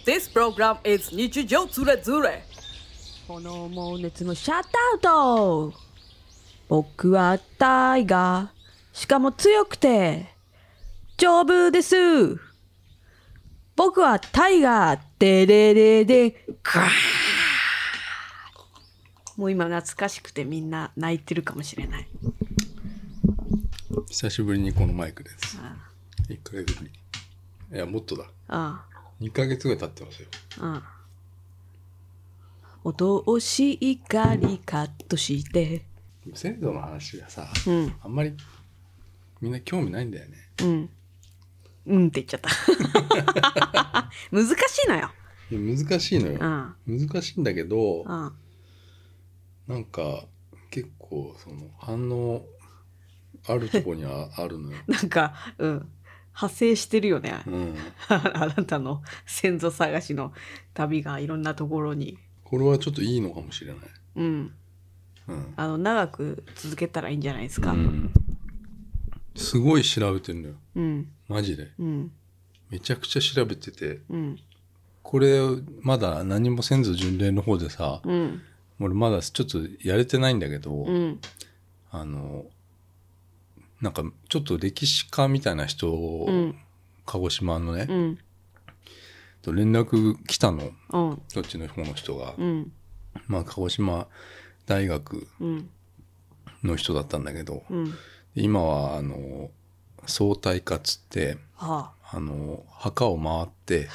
This program is 日常ズレズレ。 炎猛烈のシャットアウト。僕はタイガー、しかも強くて丈夫です。僕はタイガー、デレレでクワー。もう今懐かしくてみんな泣いてるかもしれない。 久しぶりにこのマイクです。 あ 1ヶ月ぶり。いやもっとだ。 あ 2ヶ月ぐらい経ってますよ。 ああ、お通し怒りカットして。 先祖の話がさ、 うんあんまりみんな興味ないんだよね。 うんって言っちゃった難しいのよ。 いや難しいのよ。 うん難しいんだけど、 うんなんか結構その反応あるとこにはあるのよ。 なんか派生してるよね、 うん。 あなたの先祖探しの旅がいろんなところに。 これはちょっといいのかもしれない。 うん長く続けたらいいんじゃないですか。 すごい調べてるのよ。 うんマジで。 うんめちゃくちゃ調べてて、 うんこれまだ何も先祖巡礼の方でさ、 うん俺まだちょっとやれてないんだけど、 うんなんかちょっと歴史家みたいな人を、鹿児島のね、 うんと連絡来たの、 うんそっちの方の人が、 うんまあ鹿児島大学うんの人だったんだけど、 うん今は相対化っつっては墓を回って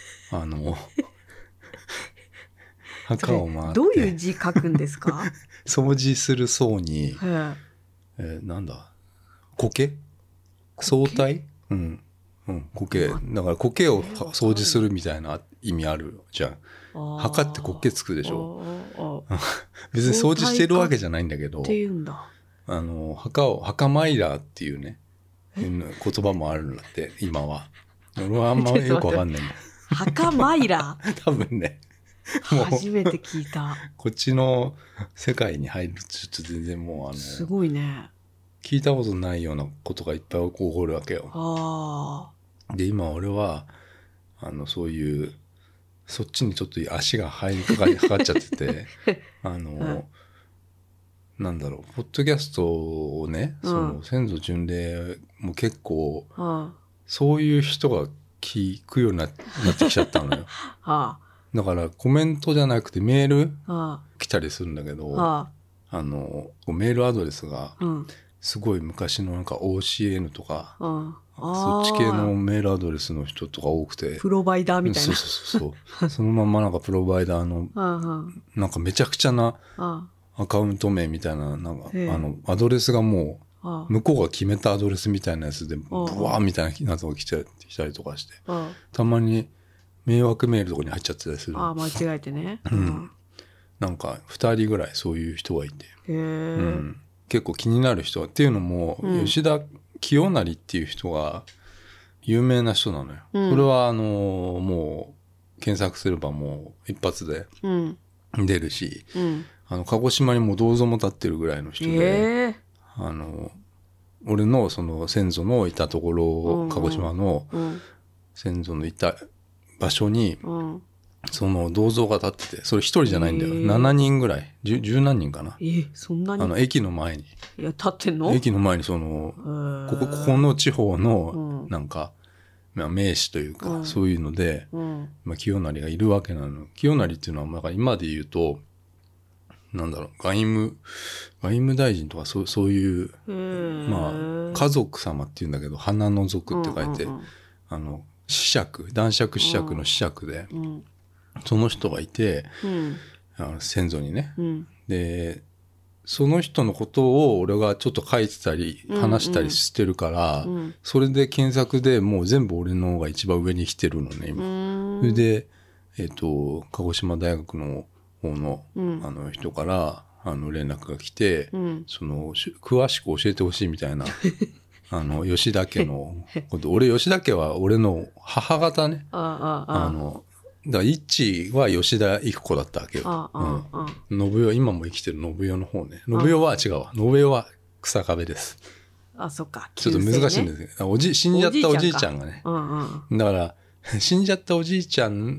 墓を回ってどういう字書くんですか掃除する層に、なんだ苔相対苔だから苔を掃除するみたいな意味あるじゃん。墓って苔つくでしょ。別に掃除してるわけじゃないんだけど、 っていうんだ。 墓マイラーっていうね言葉もあるんだって今は。俺はあんまりよくわかんないんだ。 墓マイラー多分ねもう初めて聞いた。 こっちの世界に入るとちょっと全然もうすごいね。 聞いたことないようなことがいっぱい起こるわけよ。で今俺はそういうそっちにちょっと足が入りかかっちゃっててなんだろうポッドキャストをね、その先祖巡礼も結構、そういう人が聞くようになってきちゃったのよ。だからコメントじゃなくてメール来たりするんだけど、メールアドレスがすごい昔のなんか OCN とか、そっち系のメールアドレスの人とか多くて、 プロバイダーみたいな。 そうそのままなんかプロバイダーのなんかめちゃくちゃなアカウント名みたいな、なんかアドレスがもう向こうが決めたアドレスみたいなやつでブワーみたいなやつが来たりとかして、たまに迷惑メールとかに入っちゃってたりする。 間違えてね。 なんか2人ぐらいそういう人がいて、結構気になる人っていうのも、吉田清成っていう人が有名な人なのよ。それはもう検索すればもう一発で出るし、鹿児島にも銅像も立ってるぐらいの人で、俺のその先祖のいたところ、鹿児島の先祖のいた場所に、その銅像が立ってて、それ一人じゃないんだよ。7人ぐらい、10何人かな。 そんなに？ 駅の前に。 いや、立ってんの？ 駅の前にここの地方の、なんか、名士というか、そういうので、清成がいるわけなの。清成っていうのは、今で言うと、なんだろう、外務大臣とかそういう、家族様っていうんだけど、花の族って書いて、子爵、男爵子爵の子爵で、その人がいて、先祖にね、でその人のことを俺がちょっと書いてたり話したりしてるから、それで検索でもう全部俺の方が一番上に来てるのね今。それで鹿児島大学の方の、人から連絡が来て、その詳しく教えてほしいみたいな吉田家のこと俺吉田家は俺の母方ね、だから一は吉田育子だったわけよ。信代今も生きてる信代の方ね。信代は違うわ。信代は草壁です。 そっか。 ちょっと難しいんですけど、死んじゃったおじいちゃんがね。だから死んじゃったおじいちゃん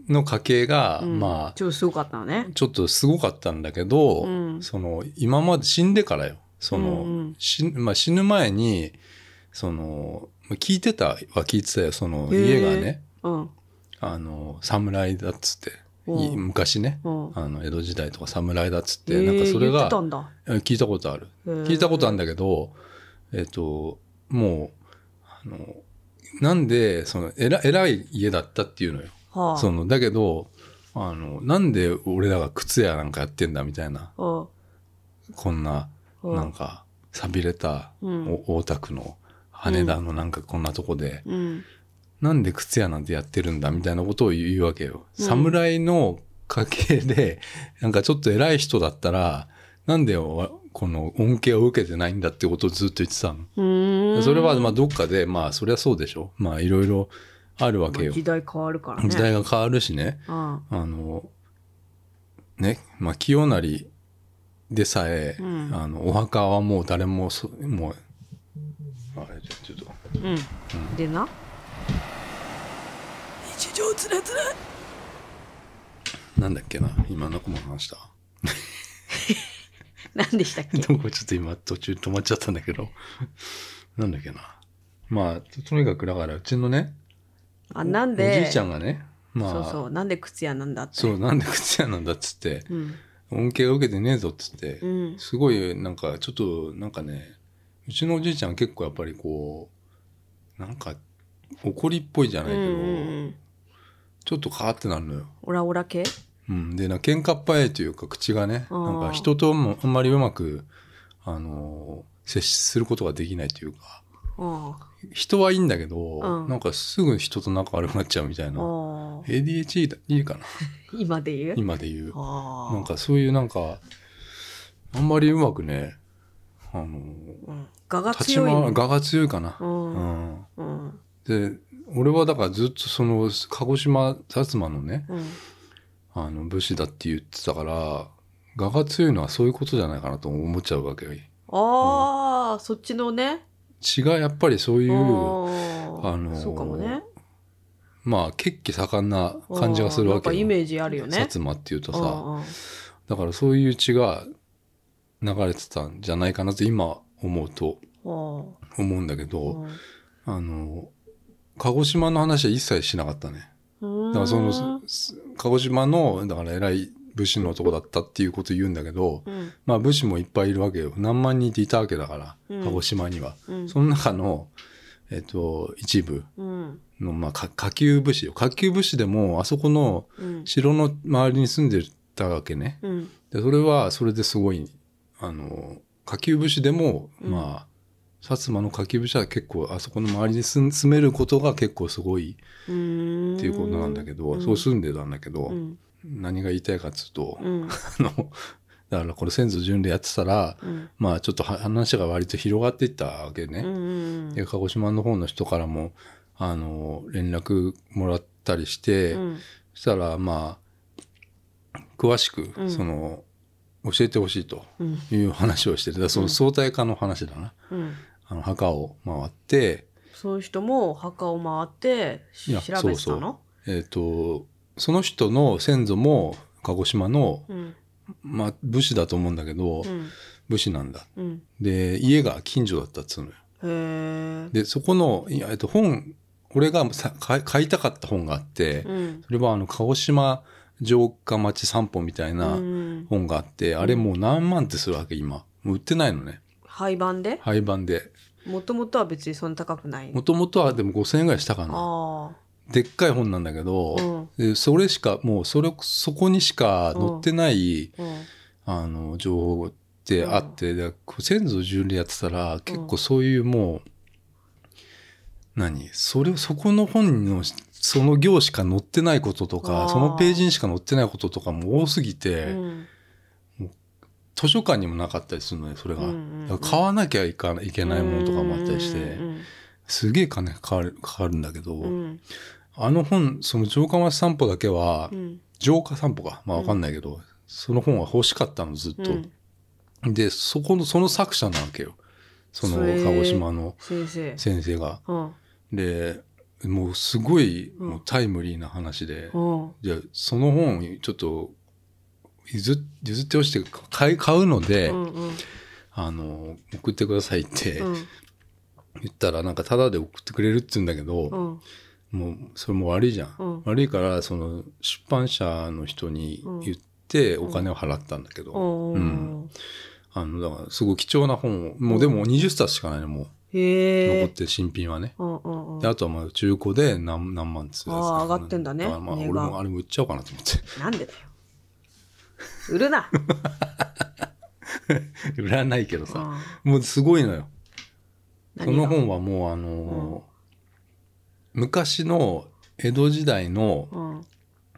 の家系が、 うんまあちょっとすごかったのね。 ちょっとすごかったんだけど、 うんその今まで死んでからよ。その、 うんうんまあ、死ぬ前にその聞いてたよ。その家がね、 うん侍だっつって、 うん昔ね、 うん江戸時代とか侍だっつって、 へーなんかそれ言ってがたんだ。 聞いたことある。 へー聞いたことあるんだけど、もうなんでその偉い家だったっていうのよ。 はあそのだけどなんで俺らが靴屋なんかやってんだみたいな、 うんこんなうんなんか寂れたうん大田区の羽田のなんかこんなとこで、 うんなんで靴屋なんてやってるんだみたいなことを言うわけよ。 うん侍の家系でなんかちょっと偉い人だったらなんでこの恩恵を受けてないんだってことをずっと言ってたの。 うーんそれはまあどっかでまあそりゃそうでしょ。まあいろいろあるわけよ。 時代変わるからね。 時代が変わるしね。 うんね、まあ清成でさえ、 うんお墓はもう誰ももうあれちょっとうんでな日常つれつれ。 なんだっけな今の子も話した。 何でしたっけ？ どこちょっと今途中止まっちゃったんだけどなんだっけな。まあとにかくだからうちのねなんでおじいちゃんがねまあそうそうなんで靴屋なんだって。 そうなんで靴屋なんだっつって、 うん恩恵を受けてねえぞっつって、 うんすごいなんかちょっとなんかねうちのおじいちゃん結構やっぱりこうなんか怒りっぽいじゃないけど、 うんちょっとカーってなるのよ。 オラオラ系？ うん、で喧嘩っ早いというか口がねあーなんか人ともあんまりうまく接することができないというかうん人はいいんだけど、 うんなんかすぐ人と仲悪くなっちゃうみたいな、 あ ADHD かな今で言う？ 今で言うあなんかそういうなんかあんまりうまくね我が強いの。 我が強いかな、 うんうんうんで俺はだからずっとその鹿児島薩摩のねうん武士だって言ってたから我が強いのはそういうことじゃないかなと思っちゃうわけよ。 ああそっちのね。 血がやっぱりそういうそうかもね。 まあ血気盛んな感じがするわけよ。 なんかイメージあるよね。 薩摩っていうとさうんうんだからそういう血が流れてたんじゃないかなと今思うと思うんだけど、鹿児島の話は一切しなかったね。だからその鹿児島のだから偉い武士の男だったっていうことを言うんだけど、 うんまあ武士もいっぱいいるわけよ。何万人っていたわけだから、鹿児島には。その中の、一部うんの、まあ、下級武士よ。下級武士でも、あそこの城の周りに住んでたわけね。 うんでそれは、それですごい、下級武士でも、まあ、薩摩の下級武士は結構、あそこの周りに住めることが結構すごいっていうことなんだけど、そう住んでたんだけど、何が言いたいかっつうと、だからこれ先祖順でやってたら、まあちょっと話が割と広がっていったわけね。で鹿児島の方の人からも連絡もらったりして、そしたらまあ詳しくその、教えてほしいという話をしてて、その相対化の話だな。墓を回ってそういう人も墓を回って調べてたの？ その人の先祖も鹿児島の、 うんまあ武士だと思うんだけど、 うん武士なんだ。 うんで家が近所だったっつうのよ。 へえ。 でそこの本俺が買いたかった本があって、それは鹿児島城下町散歩みたいな本があって、あれもう何万ってするわけ今。もう売ってないのね。 廃盤で？ 廃盤で。 もともとは別にそんな高くない。 もともとはでも5000円ぐらいしたかな。 あでっかい本なんだけど、でそれしかもうそこにしか載ってない、情報ってあって、で先祖順でやってたら結構そういうもう、そこの本のその行しか載ってないこととかそのページにしか載ってないこととかも多すぎて、もう図書館にもなかったりするのねそれが、だから買わなきゃいけないものとかもあったりして、すげえ金かかるんだけど、あの本その城下町散歩だけは、城下散歩かまあ分かんないけど、その本は欲しかったのずっと、でその作者なわけよその鹿児島の先生が。でもうすごいもうタイムリーな話で、 うんじゃあその本ちょっと譲ってほしいって買うので、 うんうん送ってくださいってうん言ったらなんかタダで送ってくれるって言うんだけど、 うんもうそれも悪いじゃん、 うん、 悪いからその出版社の人に言ってお金を払ったんだけど、 うんだからすごい貴重な本をもうでも20冊しかないのもうへえ残ってる新品はね、 うんうんうんであとはまあ中古で何万つうやつああ上がってんだねだからまあ値が俺もあれも売っちゃおうかなと思ってなんでだよ売るな売らないけどさ、 うもうすごいのよ。そ何がの本はもう昔の江戸時代のうん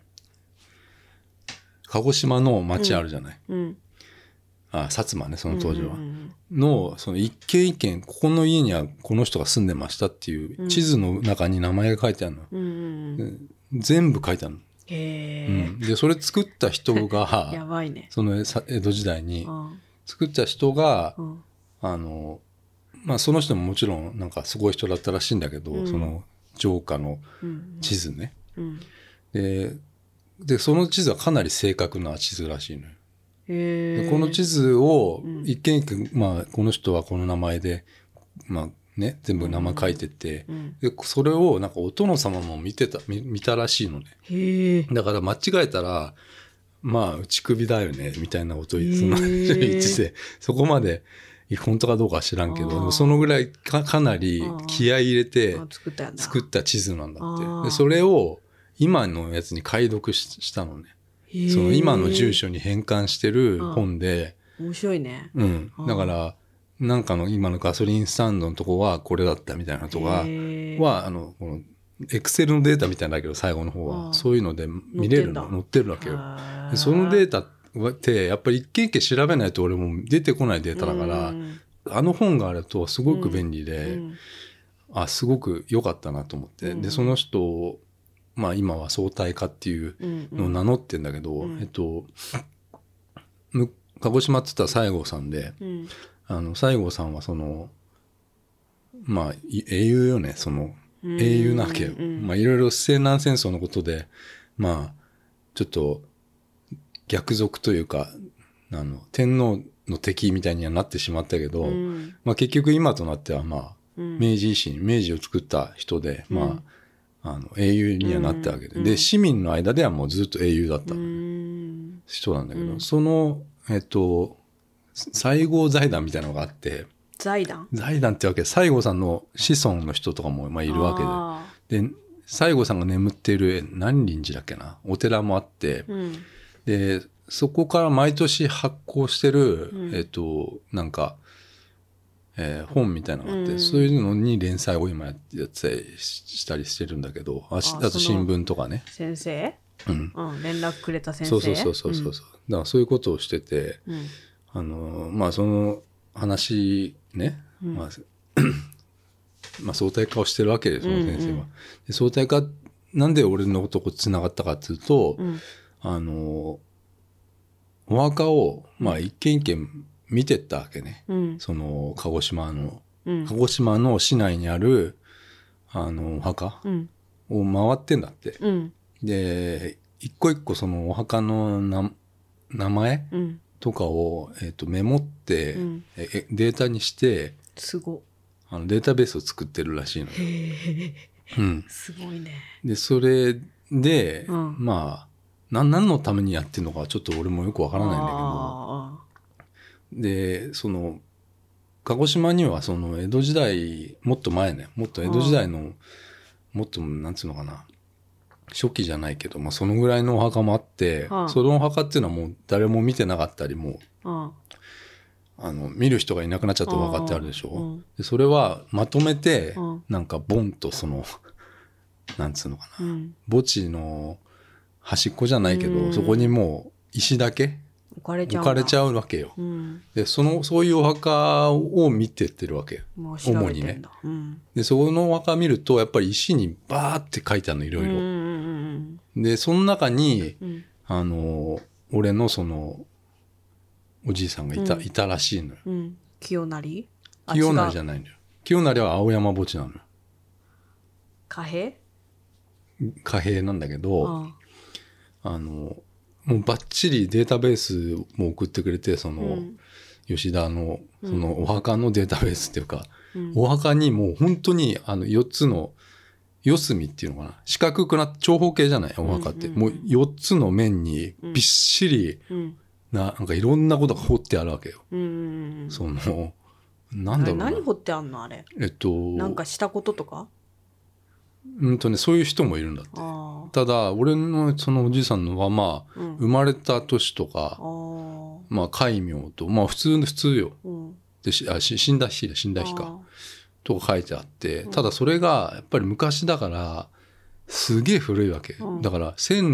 鹿児島の町あるじゃない、 うん薩摩ねその当時は、 うんのその一軒一軒ここの家にはこの人が住んでましたっていう地図の中に名前が書いてあるの、 うんうん全部書いてあるの、 へえでそれ作った人やがばいねその江戸時代にうん作った人がうんまあその人ももちろんなんかすごい人だったらしいんだけど、その城下のうん地図ね、 うんでその地図はかなり正確な地図らしいのよ。 へえでこの地図を一軒一軒、まあこの人はこの名前で、まあね、全部名前書いてて、でそれをなんかお殿様も見たらしいのね。 へえだから間違えたらまあ打ち首だよねみたいなことをその人言ってて、そこまで本当かどうかは知らんけど、でもそのぐらいかなり気合い入れて作った地図なんだって。でそれを今のやつに解読したのね。その今の住所に変換してる本で、 面白いねだからなんかの今のガソリンスタンドのとこはこれだったみたいなとかはこのエクセルのデータみたいなんだけど最後の方はそういうので見れるの載ってるわけよ。でそのデータってやっぱり一軒一軒調べないと俺も出てこないデータだからあの本があるとすごく便利で、すごく良かったなと思って、でその人まあ今は相対化っていうのを名乗ってんだけど、鹿児島って言ったら西郷さんで、西郷さんはそのまあ英雄よね、その英雄なわけよ。まあいろいろ西南戦争のことでまあちょっと逆賊というか天皇の敵みたいにはなってしまったけど、まあ結局今となってはまあ明治維新明治を作った人でまあ英雄にはなったわけで、で市民の間ではもうずっと英雄だった人なんだけど、その西郷財団みたいなのがあって、財団ってわけで西郷さんの子孫の人とかもまあいるわけで、西郷さんが眠っている何林寺だっけなお寺もあって、でそこから毎年発行してる、なんか、本みたいなのがあって、そういうのに連載を今やってたりしたりしてるんだけど、あと新聞とかね。 先生、連絡くれた先生。 そう。だからそういうことをしてて、まあその話ね、まあ相対化をしてるわけです、その先生は。で相対化なんで俺のとこつながったかっていうと、お墓をまあ一軒一軒見てったわけね、その鹿児島の市内にあるお墓を回ってんだって、で一個一個そのお墓の名前とかを、メモって、データにしてすごデータベースを作ってるらしいの。 すごいね。 でそれで、まあ何のためにやってるのかちょっと俺もよくわからないんだけど、でその鹿児島にはその江戸時代もっと前ね、もっと江戸時代のもっとなんつうのかな初期じゃないけど、まあ、そのぐらいのお墓もあって、そのお墓っていうのはもう誰も見てなかったりも見る人がいなくなっちゃったお墓ってあるでしょ、でそれはまとめてなんかボンとそのなんつうのかな、墓地の端っこじゃないけど、そこにもう石だけ置かれちゃうわけよ、でそういうお墓を見てってるわけよ、主にね、でそのお墓見るとやっぱり石にバーって書いてあるのいろいろ、でその中に、俺のそのおじいさんがいたらしいのよ、清成じゃないのよ、清成は青山墓地なのよ。 貨幣なんだけど、 あもうバッチリデータベースも送ってくれて、その、吉田の、そのお墓のデータベースっていうか、お墓にもう本当に4つの、四隅っていうのかな、四角くなって長方形じゃないお墓って、もう4つの面にびっしりなんかいろんなことが彫ってあるわけよ。そのなんだろうな。 何彫ってあんのあれ。なんかしたこととか。 そういう人もいるんだって。ただ俺のそのおじいさんのはまあ、生まれた年とか、まあ戒名とまあ普通よ。で死んだ日かとか書いてあって、ただそれがやっぱり昔だからすげえ古いわけ。だから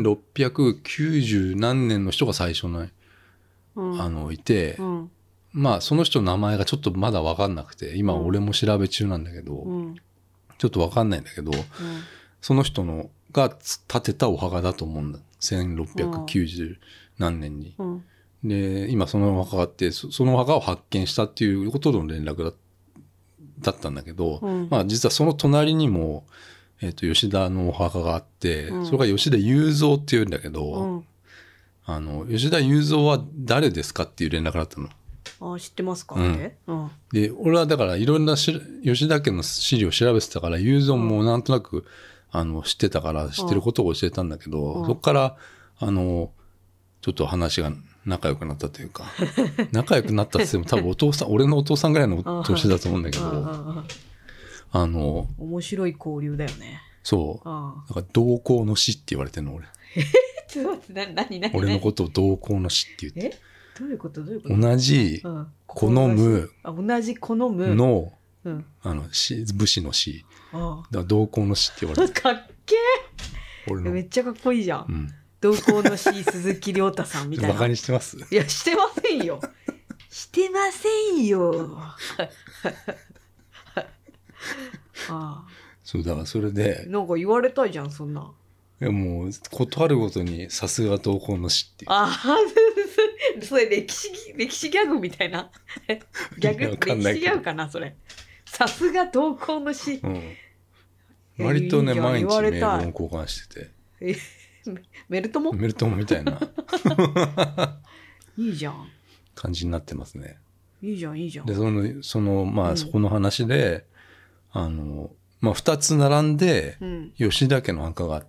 1690何年の人が最初のいて、まあその人の名前がちょっとまだ分かんなくて、今俺も調べ中なんだけど、ちょっと分かんないんだけど、その人のが建てたお墓だと思うんだ。1690何年に。で今そのお墓があって、そのお墓を発見したっていうことの連絡だったんだけど、まあ実はその隣にも、吉田のお墓があって、それが吉田雄三っていうんだけど、吉田雄三は誰ですかっていう連絡があったの。 知ってますかって、 で俺はだからいろんな吉田家の資料を調べてたから、雄三もなんとなく知ってたから知ってることを教えたんだけど、そこからちょっと話が仲良くなったというか仲良くなったって言っても多分俺のお父さんぐらいの年だと思うんだけど、 面白い交流だよね。 そう。だから同行の死って言われてんの俺。 ちょっと待って、何俺のことを同行の死って言って。 どういうこと同じ好む同じ好むの武士の死。だから同行の死って言われてる。 かっけー。めっちゃかっこいいじゃん。同行の死鈴木亮太さんみたいな。 バカにしてます？ いや、してませんよ。してませんよ。 そうだからそれでなんか言われたいじゃん、そんな。 いやもうことあるごとにさすが同行の死っていう。 それ歴史ギャグみたいな。歴史ギャグかなそれ。さすが同行の死。 割とね毎日メールを交換してて。 メルトモみたいな。 いいじゃん。 感じになってますね。 いいじゃん。 でそのまあそこの話でまあ2つ並んで吉田家の墓があって、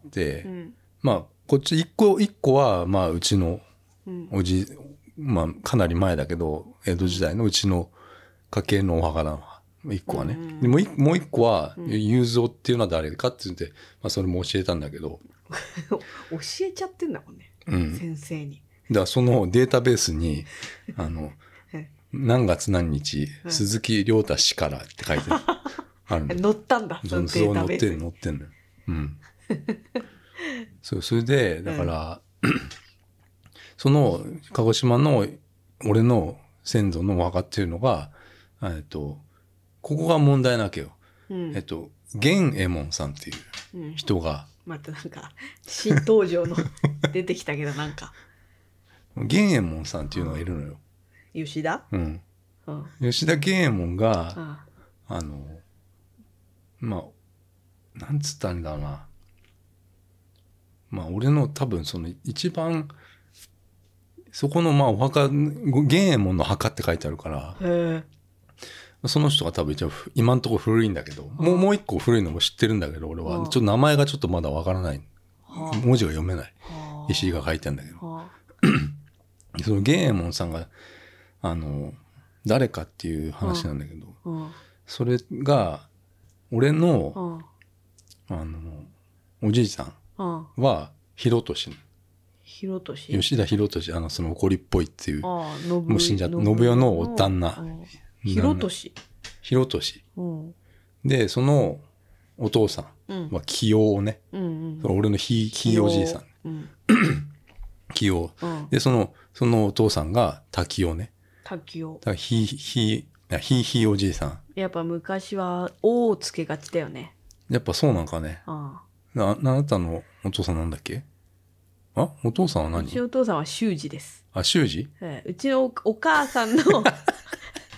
まあこっち1個はまあうちのまあかなり前だけど江戸時代のうちの家系のお墓なの1個はね。でもう1個は雄三っていうのは誰かって言って、まあそれも教えたんだけど。 教えちゃってんだもんね、先生に。 だからそのデータベースに何月何日、鈴木亮太氏からって書いてあるの。 載ったんだ、 そのデータベースに。載ってんのよ。それでだから、その鹿児島の俺の先祖のお墓っていうのがここが問題なわけよ。源右衛門さんっていう人が、 またなんか新登場の出てきたけどなんか源右衛門さんっていうのがいるのよ。 吉田？ 吉田源右衛門がまあなんつったんだろうな。まあ俺の多分その一番そこのまあお墓源右衛門の墓って書いてあるから。その人が多分今のところ古いんだけど、もう一個古いのも知ってるんだけど、俺はちょっと名前がちょっとまだわからない、文字が読めない石井が書いてあるんだけど、その源右衛門さんが誰かっていう話なんだけど、それが俺のおじいさんは広利、吉田広利、その怒りっぽいっていう、もう死んじゃった信代のお旦那。 広利。 で、そのお父さんは清夫ね。俺のひいおじいさん。清夫。で、そのお父さんが滝夫ね。 滝夫。 だからひいおじいさん。 やっぱ昔は「お」をつけがちだよね。 やっぱそうなんかね。あなたのお父さんなんだっけ？お父さんは何？ うちのお父さんは修二です。 修二？ うちのお母さんの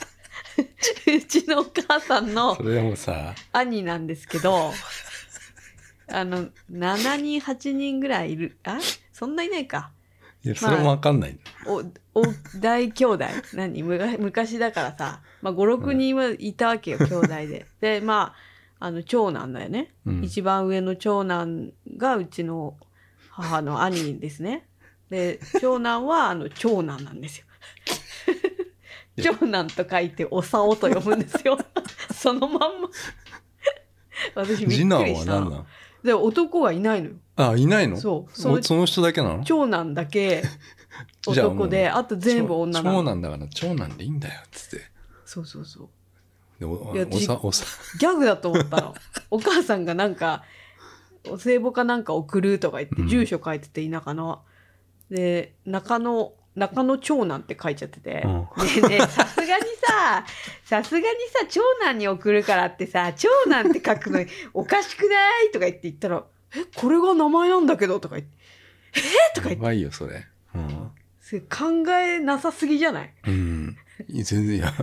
うちのお母さんのそれでもさ兄なんですけど 7人8人ぐらいいる。あ、そんないないか。 いやそれもわかんないんだ。 大兄弟昔だからさ、まあ、56人はいたわけよ、兄弟で。でまあ長男だよね、一番上の長男がうちの母の兄ですね。で長男は長男なんですよ。長男と書いておさおと読むんですよ。そのまんま。私びっくりした。 次男は何なん？ で男はいないのよ。 あ、いないの？ そうその人だけなの？ 長男だけ男で、あと全部女なの。 長男だから長男でいいんだよっつって。 そうそうそう。 でいやギャグだと思ったの。お母さんがなんかお歳暮かなんか送るとか言って住所書いてて、田舎ので中野長男って書いちゃってて、ねえねえさすがにさ長男に送るからってさ長男って書くのおかしくないとか言ったらこれが名前なんだけどとか言ってとか言って、 やばいよそれ。 それ考えなさすぎじゃない？ 全然いや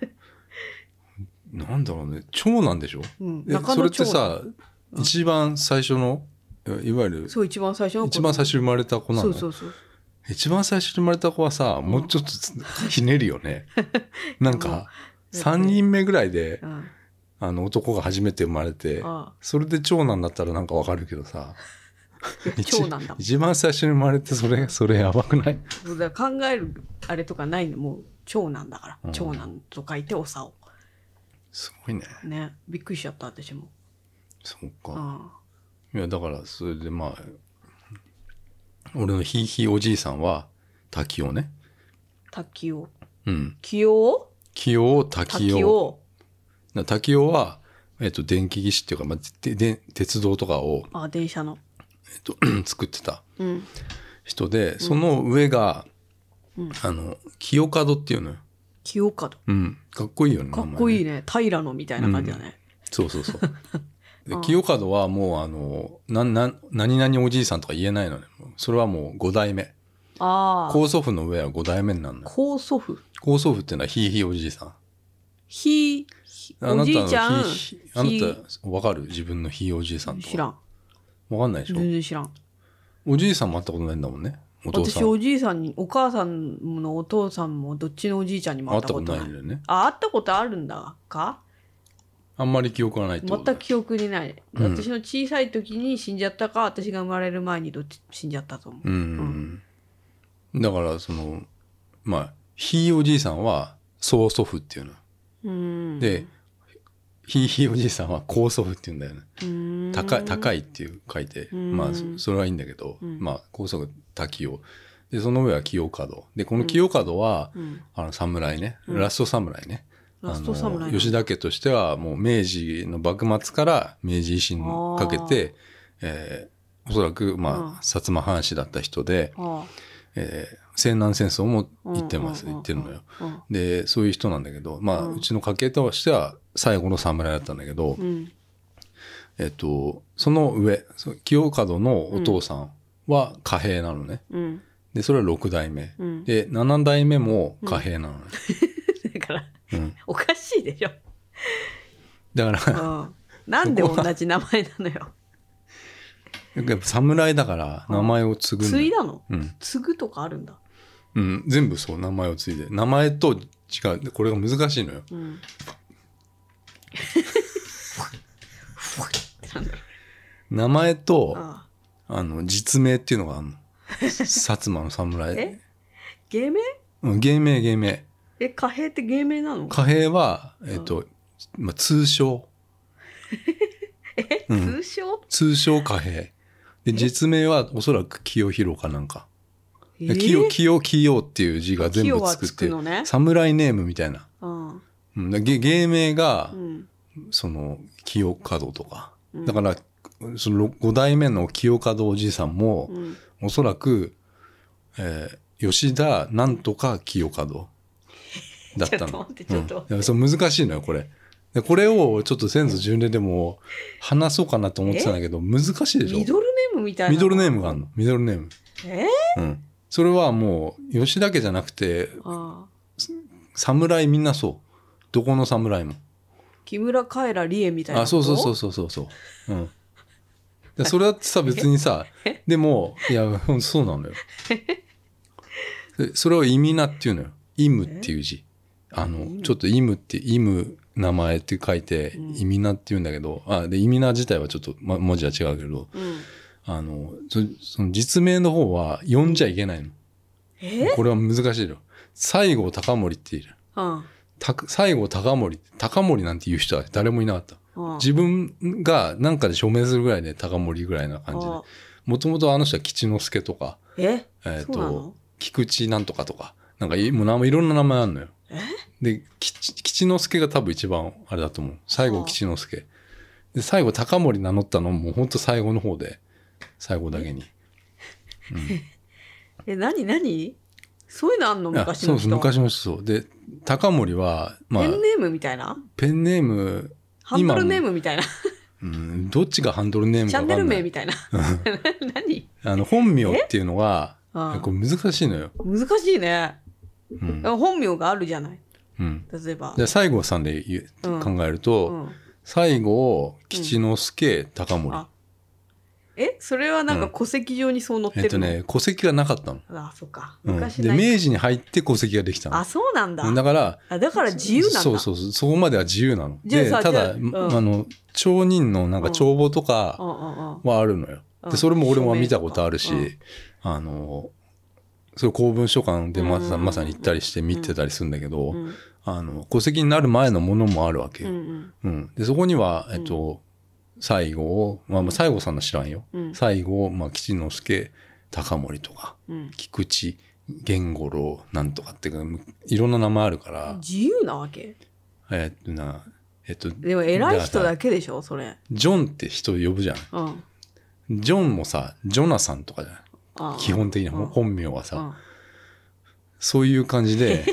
なんだろうね、長男でしょ、それってさ、一番最初のいわゆるそう一番最初の子、 一番最初に生まれた子なの？ そう一番最初に生まれた子はさ、もうちょっとひねるよね。なんか3人目ぐらいで、男が初めて生まれて、それで長男だったらなんかわかるけどさ、 長男だ一番最初に生まれてそれやばくない？ そうだ考えるあれとかないの、もう長男だから、長男と書いておさお。 すごいね。 ね、びっくりしちゃった私も。 そうか。いやだからそれでまあ俺のひいひいおじいさんは滝尾ね。 滝尾。 清尾滝尾。滝尾は電気技師っていうか、まあ、鉄道とかを電車の作ってた人で、その上が清門っていうのよ。 清門。 かっこいいよね。 かっこいいね。平野みたいな感じだね。 そうで清門はもう何々おじいさんとか言えないのね。それはもう5代目。高祖父の上は5代目になるのよ。高祖父っていうのはひいひいおじいさん。おじいちゃん。あなたわかる？自分のひいおじいさんとか。知らん。わかんないでしょ？ 全然知らん。 おじいさんも会ったことないんだもんね。 私おじいさんに、お母さんのお父さんもどっちのおじいちゃんにも会ったことない。 会ったことないんだよね。 会ったことあるんだか？ あんまり記憶がないってこと？ 全く記憶にない。私の小さい時に死んじゃったか、私が生まれる前にどっち死んじゃったと思う。 だからまあひいおじいさんは曽祖父っていうの。でひいひいおじいさんは高祖父っていうんだよね。高いっていう書いて、まあそれはいいんだけど、まあ高祖父滝尾で、その上は清門で、この清門は、侍ね、ラスト侍ね。吉田家としてはもう明治の幕末から明治維新にかけて、おそらくまあ薩摩藩士だった人で、西南戦争も言ってるのよ。でそういう人なんだけど、まあうちの家系としては最後の侍だったんだけど、その上清門のお父さんは貨幣なのね。でそれは6代目、で7代目も貨幣なのね。 だから、おかしいでしょ。 だからなんで同じ名前なのよ。 やっぱ侍だから名前を継ぐんだ。 継いだの？継ぐとかあるんだ。 全部そう、名前を継いで、名前と違う、これが難しいのよ。名前と実名っていうのがあるの。薩摩の侍。 芸名？ 芸名。 貨幣って芸名なの？ 貨幣はまあ通称。通称貨幣で、実名はおそらく清弘かなんか。清っていう字が全部つくって、侍ネームみたいな。芸名がその清門とか、だからその5代目の清門おじさんも、おそらく、吉田なんとか清門だったの。そう難しいのよこれ。でこれをちょっと先祖巡礼でも話そうかなと思ってたんだけど、難しいでしょ。 ミドルネームみたいな。 ミドルネームがあるの。ミドルネーム。それはもう吉田家じゃなくて、侍みんなそう。どこの侍も。 木村カエラ理恵みたいなこと。 そう。 でそれだってさ別にさでもいやほんそうなのよ。でそれを意味なっていうのよ。イムっていう字。ちょっとイムってイム名前って書いて意味なっていうんだけど、で意味な自体はちょっと、文字は違うけど、その実名の方は読んじゃいけないの。これは難しいよ。西郷隆盛っている。西郷隆盛なんていう人は誰もいなかった。自分が何かで署名するぐらいで隆盛ぐらいな感じで。もともとあの人は吉之助とか、菊池なんとかとか、なんかもういろんな名前あるのよ。で、吉之助が多分一番あれだと思う。西郷吉之助。で、最後隆盛名乗ったのもうほんと最後の方で、最後だけに。 何そういうのあんの昔の人。 そう昔の人そう。で、隆盛は、 ペンネームみたいなペンネーム、 ハンドルネームみたいな。 どっちがハンドルネームか分かんない。 チャンネル名みたいな。 本名っていうのが、これ難しいのよ。 難しいね。本名があるじゃない。例えば。 西郷さんで考えると、西郷吉之助隆盛。 それはなんか戸籍上にそう載ってるの？ 戸籍がなかったの。 そうか。 昔で、明治に入って戸籍ができたの。 そうなんだ。 だから、 自由なんだ。 そう。そこまでは自由なの。で、ただ、町人のなんか帳簿とかはあるのよ。で、それも俺も見たことあるし、それ公文書館でまさに行ったりして見てたりするんだけど、戸籍になる前のものもあるわけよ。で、そこには、西郷、西郷さんの知らんよ。西郷、吉之助、隆盛とか、菊池、源五郎、なんとかっていうか、いろんな名前あるから。 自由なわけ？でも偉い人だけでしょ、それ。 ジョンって人呼ぶじゃん。ジョンもさ、ジョナサンとかじゃない。基本的には本名はさ。そういう感じで。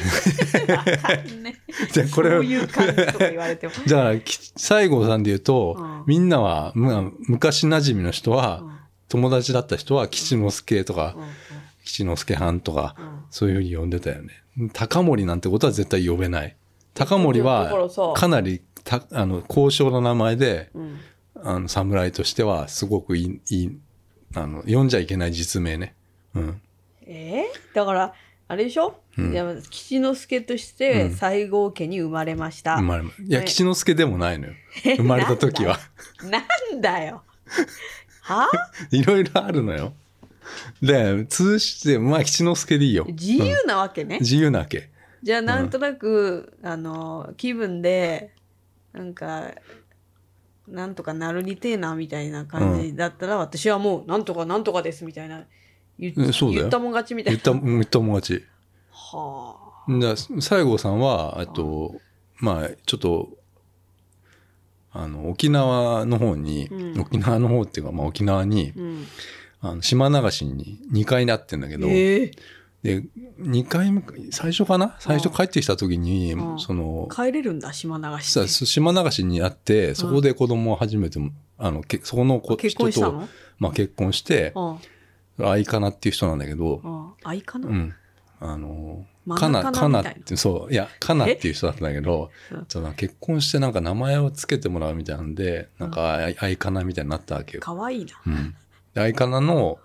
じゃあこれそういう感じとか言われても。 じゃあ、西郷さんで言うと、みんなは、昔馴染みの人は、友達だった人は吉之助とか、吉之助藩とか、そういうふうに呼んでたよね。隆盛なんてことは絶対呼べない。隆盛は、かなり、高尚な名前で、侍としてはすごくいい、呼んじゃいけない実名ね。 だから、あれでしょ、吉之助として西郷家に生まれました。 いや、吉之助でもないのよ。生まれた時は。 なんだよ。 いろいろあるのよ。で、通して、吉之助でいいよ。 自由なわけね。 自由なわけ。 じゃあ、なんとなく、気分で、なんか、なんとかなるにてえな、みたいな感じだったら、私はもう、なんとかなんとかです、みたいな。言ったもん勝ちみたいな。 言ったもん勝ち。西郷さんは、ちょっと、沖縄の方に、沖縄の方っていうか、沖縄に、島流しに2回なってんだけど、で、2回目、最初かな最初帰ってきた時に、 帰れるんだ、島流しって。 島流しにあって、そこで子供を初めて、そこの結婚したの？ 結婚して、愛かなっていう人なんだけど、 愛かな？ かなって、そう、いや、かなっていう人だったんだけど、結婚してなんか名前をつけてもらうみたいなんで、なんか愛かなみたいになったわけよ。 かわいいな。 で愛かなの、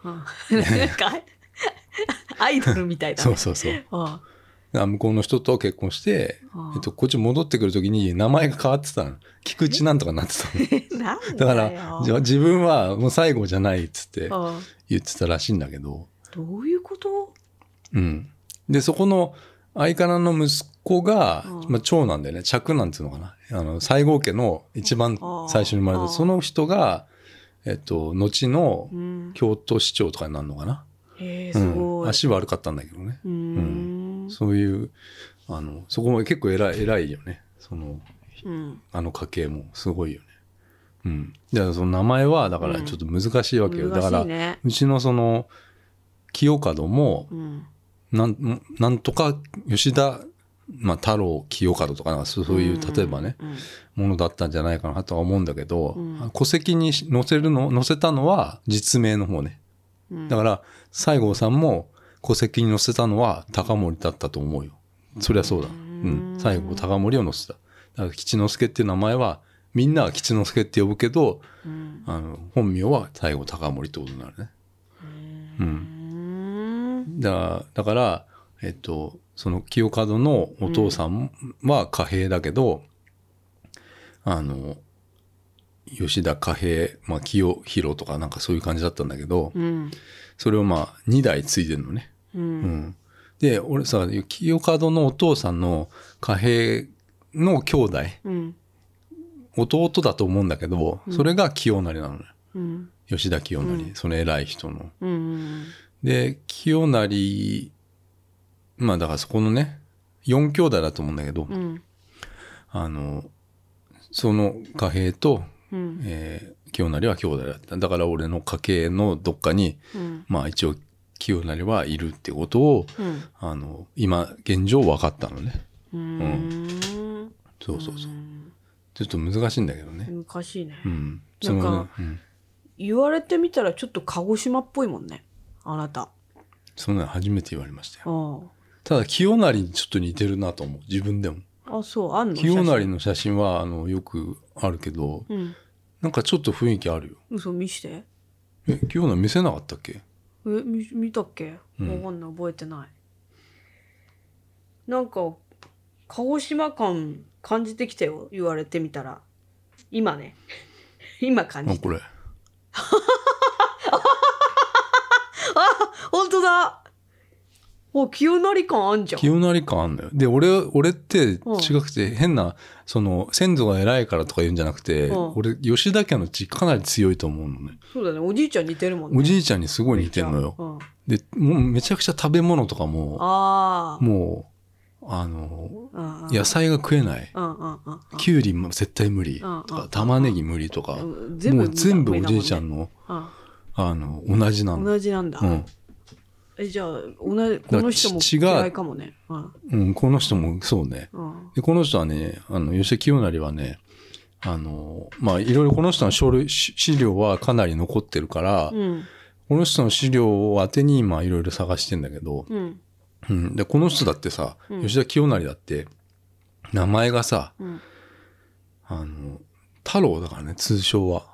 アイドルみたいだね。 そう。向こうの人と結婚して、こっち戻ってくるときに名前が変わってたの。菊池なんとかになってたの。だから、自分はもう最後じゃないっつって言ってたらしいんだけど。 どういうこと？ で、そこの愛かなの息子が、長男でね、嫡男っていうのかな。西郷家の一番最初に生まれた、その人が、後の京都市長とかになるのかな。 すごい。 足悪かったんだけどね。そういう、そこも結構偉いよね。家系もすごいよね。じゃあその名前は、だからちょっと難しいわけよ。だから、うちの清門も、なんとか吉田、太郎清門とか、そういう、例えばね、ものだったんじゃないかなとは思うんだけど、戸籍に載せたのは実名の方ね。だから、西郷さんも戸籍に載せたのは隆盛だったと思うよ。そりゃそうだ。西郷隆盛を載せた。だから吉之助っていう名前はみんなは吉之助って呼ぶけど、 うん本名は西郷隆盛ってことになるね。だから、その清門のお父さんは貨幣だけど、吉田貨幣、まあ、清弘とかなんかそういう感じだったんだけど、 うんそれをまあ2代継いでるのね。 うんで、俺さ、清門のお父さんの貨幣の兄弟、 うん弟だと思うんだけど、それが清成なのよ。 うん吉田清成、その偉い人の。 うんで、清成、まあだからそこのね、4兄弟だと思うんだけど、 うんその貨幣と、 うん清成は兄弟だった。だから俺の家系のどっかに、 うんまあ一応清成はいるってことを、 うん今現状分かったのね。 うんそうそうそう。ちょっと難しいんだけどね。 難しいね、 うん。 なんかそのうん、 言われてみたらちょっと鹿児島っぽいもんねあなた。 そんなの初めて言われましたよ。 あただ清成にちょっと似てるなと思う。自分でも。 あそうあんの清成写真の写真はよくあるけど、 うんなんかちょっと雰囲気あるよ。 嘘見して清成見せなかったっけ？ 見たっけ、 うんわかんない覚えてないなんか鹿児島感感じてきたよ言われてみたら今ね今感じたあ、これ。 本当だお清成感あんじゃん清成感あんだよ。で、俺って違くて変な、先祖が偉いからとか言うんじゃなくて、俺、吉田家の血かなり強いと思うのね。 そうだねおじいちゃん似てるもんねおじいちゃんにすごい似てるのよ。 うん、 で、もうめちゃくちゃ食べ物とかも、 ああもう、 うん野菜が食えない。 うんうんうんきゅうりも絶対無理とか、玉ねぎ無理とか、もう全部おじいちゃんの、同じなの。 同じなんだ、 うん。 じゃあこの人も血が嫌いかもねこの人もそうね。で、この人はね、吉田清成はね、まあ、いろいろこの人の資料はかなり残ってるから、この人の資料を当てに今いろいろ探してんだけど、で、この人だってさ、吉田清成だって、名前がさ、太郎だからね、通称は。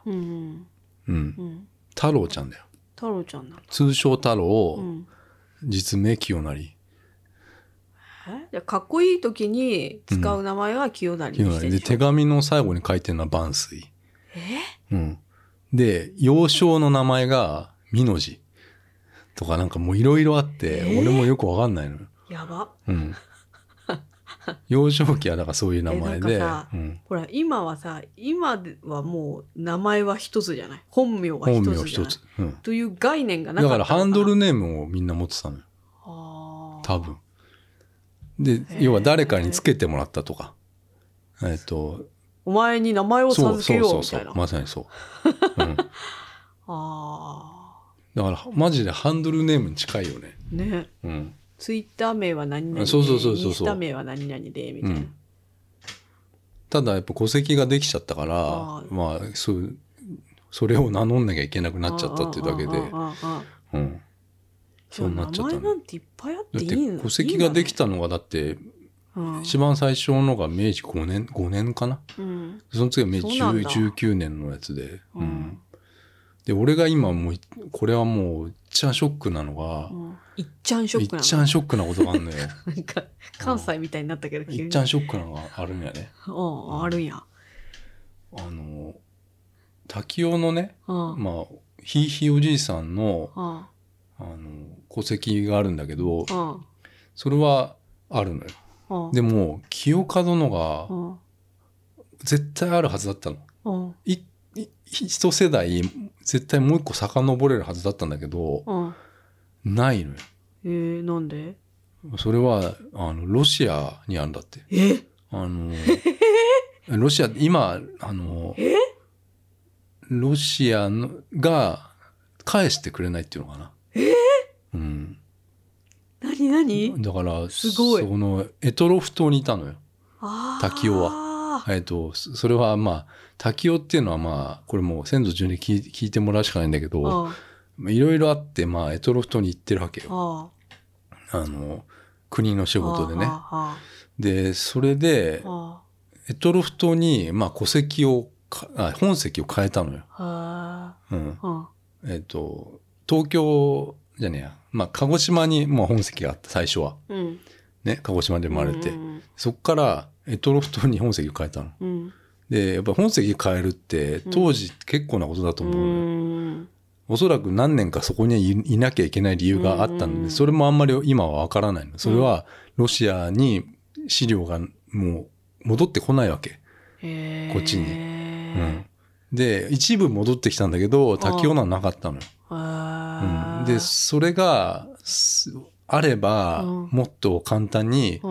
太郎ちゃんだよ。 太郎ちゃんだ通称太郎、実名清成。 じゃあかっこいい時に使う名前は清成にしてるでしょ、 で、手紙の最後に書いてるのは万水。で、幼少の名前が美の字とかなんかもういろいろあって、俺もよくわかんないのよ。 やば。 幼少期はだからそういう名前で。 ほら、今はもう名前は一つじゃない。本名は一つじゃない。という概念がなかったのかな。 だからハンドルネームをみんな持ってたのよ。多分。で、要は誰かにつけてもらったとか。 お前に名前を授けようみたいな。 まさにそう。だからマジでハンドルネームに近いよね。 ね。ツイッター名は何々で、 そうインスタ名は何々でみたいな。 ただやっぱ戸籍ができちゃったから、まあそれを名乗んなきゃいけなくなっちゃったっていうだけで、そうなっちゃった。 名前なんていっぱいあっていいの？ だって戸籍ができたのがだって一番最初のが明治5年かな。その次は明治19年のやつで。で、俺が今もう、これはもう、いっちゃんショックなのが、 いっちゃんショックなの？ いっちゃんショックなことがあるのよ。 なんか、関西みたいになったけど、 いっちゃんショックなのがあるんやね。 あるんや。 滝尾のね、まあ、ひいひいおじいさんの、戸籍があるんだけど、それはあるのよ。でも、清門のが、絶対あるはずだったの。一世代絶対もう一個遡れるはずだったんだけど、ないのよ。 なんで？ それはロシアにあるんだって。ロシア今ロシアが返してくれないっていうのかな。 何？ だからすごい。 その択捉島にいたのよ。滝尾は。それはまあ滝尾っていうのはまあこれもう先祖順に聞いてもらうしかないんだけど、いろいろあってまあ択捉島に行ってるわけよ。国の仕事でね。でそれで択捉島にまあ戸籍を本籍を変えたのよ。 はうん。 あ。 東京じゃねえや。まあ、鹿児島にもう本籍があった、最初は。 うん。 ね、鹿児島で生まれて。 うんそっから、択捉島に本籍を変えたの。 うん。 で、やっぱ本籍変えるって、当時結構なことだと思うのよ。 うん。 おそらく何年かそこにいなきゃいけない理由があったので、それもあんまり今はわからないの。それは、ロシアに資料がもう戻ってこないわけ。 へーこっちに。うん。で、一部戻ってきたんだけど、滝尾のはなかったのよ。うん、で、それが、あれば、もっと簡単に、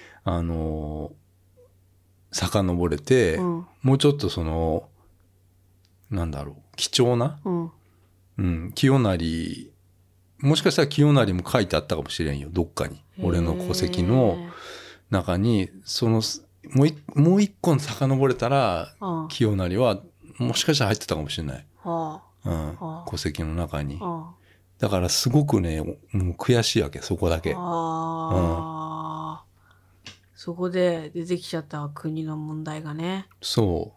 遡れて、もうちょっとなんだろう、貴重な、清成、もしかしたら清成も書いてあったかもしれんよ、どっかに。俺の戸籍の中に、もう一個遡れたら、清成は、もしかしたら入ってたかもしれない。戸籍の中に。だからすごくね、もう悔しいわけ、そこだけ。 そこで出てきちゃった国の問題がね。 そう。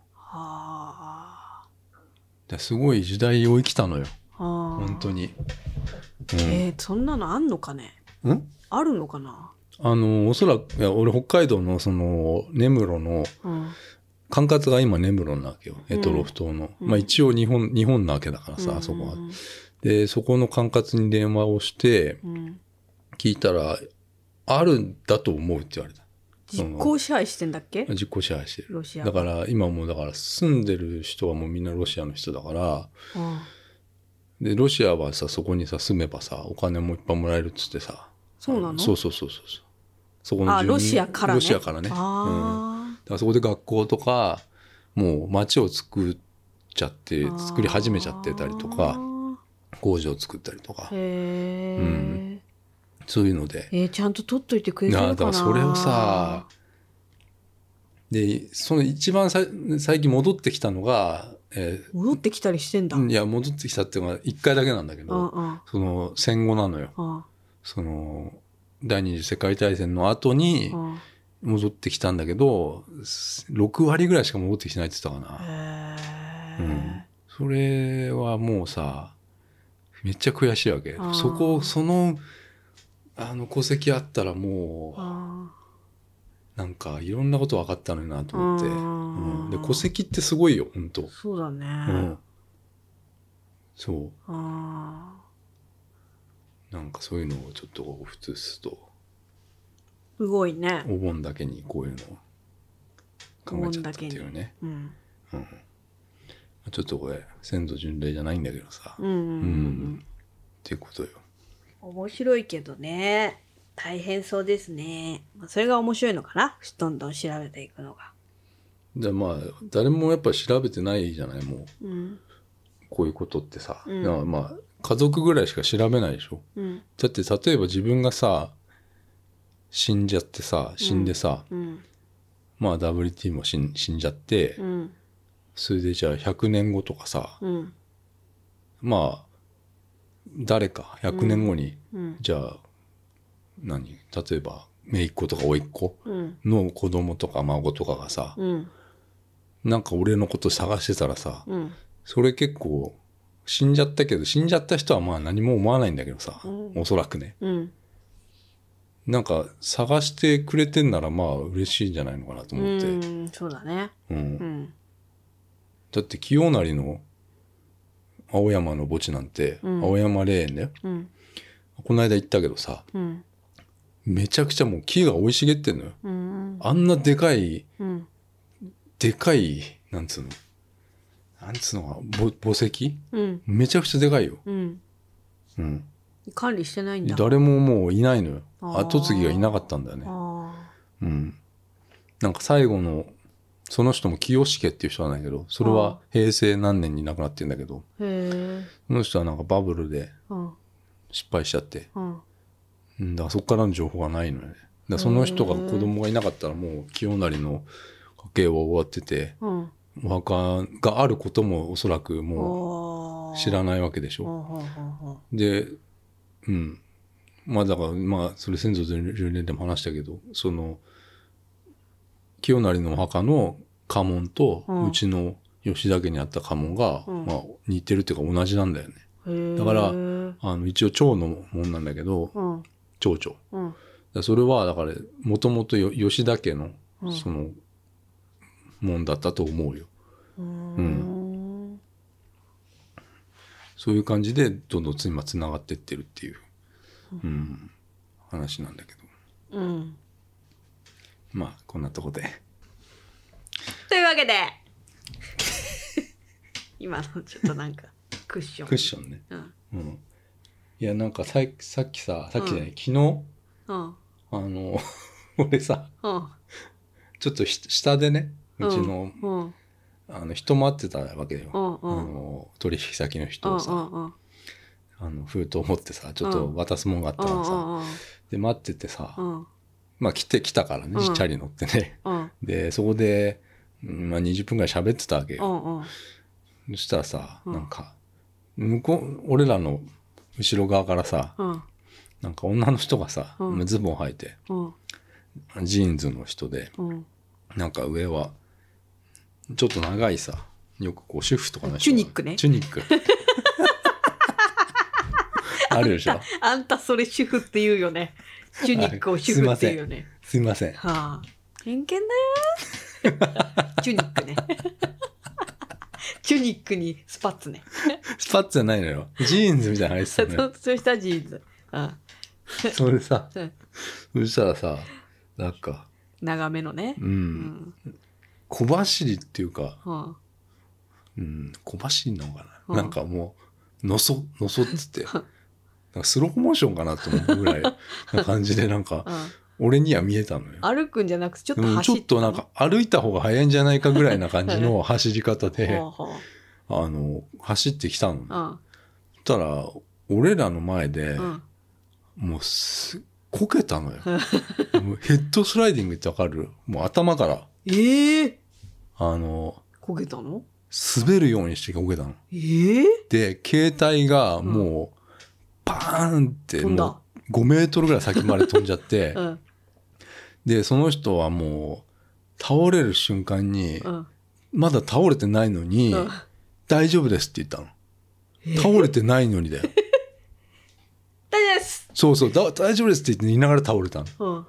すごい時代を生きたのよ。本当に。 そんなのあんのかね。あるのかな。 おそらく、いや俺北海道の根室の、管轄が今根室なわけよ。択捉島の。まあ一応日本なわけだからさ、あそこは。で、そこの管轄に電話をして、聞いたら、あるんだと思うって言われた。 実効支配してんだっけ？ 実効支配してる。 ロシア。 だから今もうだから住んでる人はもうみんなロシアの人だから、で、ロシアはさ、そこにさ、住めばさ、お金もいっぱいもらえるっつってさ。 そうなの？ そう。そこのロシアからね。 ロシアからね。だからそこで学校とか、もう街を作り始めちゃってたりとか、工場を作ったりとか。そういうので。 ちゃんと取っといてくれてるかな。 だからそれをさ、で、一番最近戻ってきたのが、 戻ってきたりしてんだ。 いや、戻ってきたっていうのは一回だけなんだけど、戦後なのよ。第二次世界大戦の後に戻ってきたんだけど、6割ぐらいしか戻ってきてないって言ってたかな。それはもうさ、めっちゃ悔しいわけ。戸籍あったらもう、なんかいろんなこと分かったのになと思って。で、戸籍ってすごいよ、本当。 そうだね。 そう。なんかそういうのをちょっとふつふつと。 すごいね。 お盆だけにこういうのを考えちゃったっていうね。ちょっとこれ、先祖巡礼じゃないんだけどさ。っていうことよ。 面白いけどね。大変そうですね。それが面白いのかな？どんどん調べていくのが。 まあ、誰もやっぱ調べてないじゃない、もう。こういうことってさ。まあ、家族ぐらいしか調べないでしょ。だって例えば自分がさ、死んでさ、まあ WT も死んじゃって、それでじゃあ100年後とかさ、まあ、誰か100年後に、じゃあ、例えば、姪っ子とか甥っ子の子供とか孫とかがさ、なんか俺のこと探してたらさ、それ結構、死んじゃった人はまあ何も思わないんだけどさ、おそらくね。なんか探してくれてんならまあ嬉しいんじゃないのかなと思って。 そうだね。 だって清成の青山の墓地なんて、青山霊園だよ。この間行ったけどさ、めちゃくちゃもう木が生い茂ってんのよ。あんなでかい、なんつうの墓石、めちゃくちゃでかいよ。 管理してないんだ。 誰ももういないのよ。後継ぎがいなかったんだよね。なんか最後の、その人も清重っていう人なんだけど、それは平成何年に亡くなってんだけど、その人はなんかバブルで失敗しちゃって、だからそこからの情報がないのよね。だからその人が子供がいなかったらもう清成の家系は終わってて、お墓があることもおそらくもう知らないわけでしょ。で、まあだからまあそれ先祖10年でも話したけど、清成のお墓の家紋とうちの吉田家にあった家紋が、まあ、似てるっていうか同じなんだよね。だから一応蝶の門なんだけど、蝶々、それはだからもともと吉田家のその門だったと思うよ。そういう感じでどんどん今つながってってるっていう、話なんだけど、まあこんなとこで。 というわけで今のちょっとなんかクッションね。いやなんかさっきじゃない昨日、俺さ、ちょっと下でねうちの、人待ってたわけよ。取引先の人をさ、封筒持ってさちょっと渡すもんがあったからさ、で待っててさ、まあ来たからね、チャリ乗ってね、でそこで、まあ、20分ぐらい喋ってたわけよ。そしたらさ、なんか俺らの後ろ側からさ、なんか女の人がさ、ズボン履いて、ジーンズの人で、なんか上はちょっと長いさ、よくこう主婦とかの人チュニックね。 チュニックあるでしょ。 あんたそれ主婦って言うよね。チュニックを主婦って言うよね。 すいません。 はあ、偏見だよ。チュニックね。チュニックにスパッツね。 スパッツじゃないのよ。ジーンズみたいなの入ってたのよ。 そうしたジーンズ。 それさ、そしたらさ、なんか長めのね。 小走りっていうか、小走りなのかな、なんかもうのそっつってなんかスローモーションかなと思うぐらいな感じでなんか、俺には見えたのよ。 歩くんじゃなくてちょっと走って、 ちょっとなんか歩いた方が早いんじゃないかぐらいな感じの走り方で走ってきたの、そしたら俺らの前で、もうこけたのよ。もうヘッドスライディングってわかる？もう頭からこけたの？ 滑るようにしてこけたの。で携帯がもうパーンってもう5メートルぐらい先まで飛んじゃって、でその人はもう倒れる瞬間に、まだ倒れてないのに、大丈夫ですって言ったの。倒れてないのにだよ。 大丈夫です。 そう大丈夫ですって言いながら倒れたの。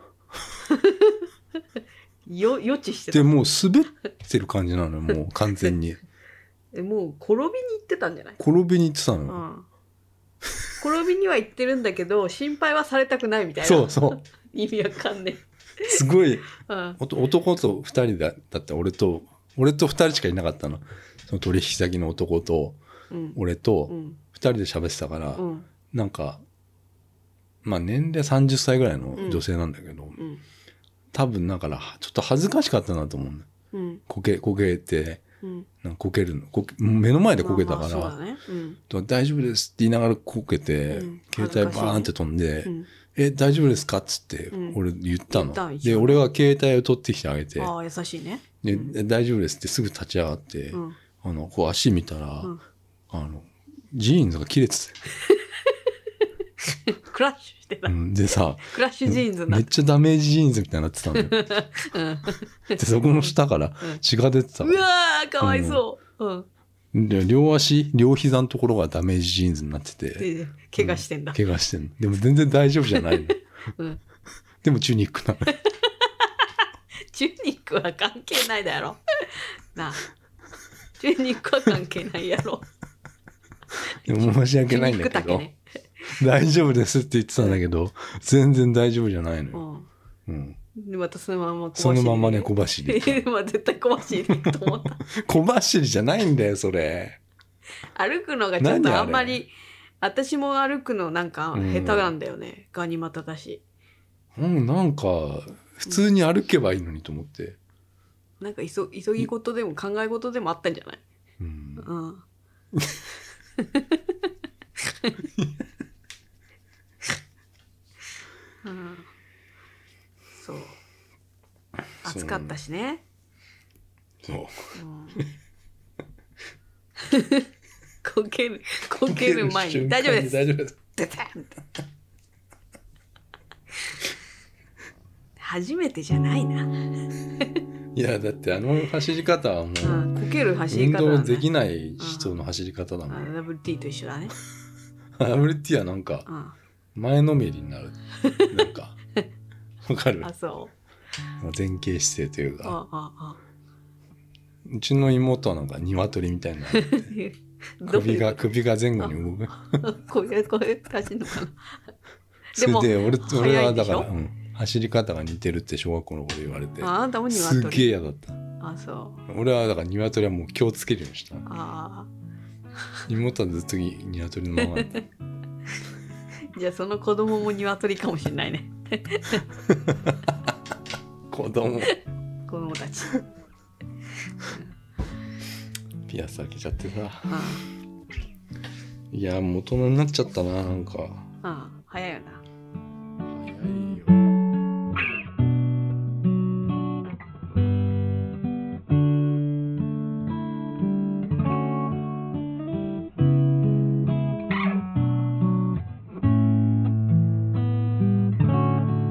予知してた。 でもう滑ってる感じなのよ、もう完全に。 もう転びに行ってたんじゃない？ 転びに行ってたのよ。 転びには行ってるんだけど心配はされたくないみたいな。 そう意味わかんねえ。すごい、男と2人だった俺と2人しかいなかったの。その取引先の男と、俺と2人で喋ってたから、なんかまあ年齢30歳ぐらいの女性なんだけど、多分だからちょっと恥ずかしかったなと思うんだ。こけて、なんかこけるの目の前でこけたから、大丈夫ですって言いながらこけて、携帯バーンって飛んで、大丈夫ですかっつって俺言ったの。で俺は携帯を取ってきてあげて、 優しいね。 で大丈夫ですってすぐ立ち上がって、こう足見たら、ジーンズが切れててクラッシュしてた。 でさ、 クラッシュジーンズめっちゃダメージジーンズみたいになってたのよ。でそこの下から血が出てたの。 うわーかわいそう。 で両膝のところがダメージジーンズになってて、 怪我してんだ。 怪我してんの。でも全然大丈夫じゃないの。でもチュニックなの。 チュニックは関係ないだろ。なあ、チュニックは関係ないやろ。 でも申し訳ないんだけど、大丈夫ですって言ってたんだけど、全然大丈夫じゃないのよ。 でまたそのままそのままね小走り。 絶対小走りと思った。 小走りじゃないんだよそれ。 歩くのがちょっとあんまり、私も歩くのなんか下手なんだよね。ガニ股だし。 なんか普通に歩けばいいのにと思って。 なんか急ぎ事でも考え事でもあったんじゃない？そう。暑かったしね。 そう。 こける前に大丈夫です。 大丈夫です。 初めてじゃないな。 いやだってあの走り方はもう、 こける走り運方だね。 動できない人の走り方だもん。 WT と一緒だね。 WT はなんか前のめりになる。なんかわかる。 あ、そう。 前傾姿勢というか。 あ。 うちの妹はなんか鶏みたいになって首が前後に動く。 こういう感じのかな。 それで俺はだから、 早走り方が似てるって小学校の頃言われて、 あんたもす鶏。 げえ嫌だった。 あ、そう。 俺はだから鶏はもう気をつけるようにした。 あ妹はずっと鶏のままだった。 じゃあその子供も鶏かもしれないね。 子供たち。 ピアス開けちゃってさ。いやもう大人になっちゃったな、なんか。 早いよな。 早いよ。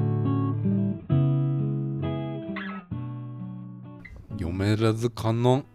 読めらずかのん。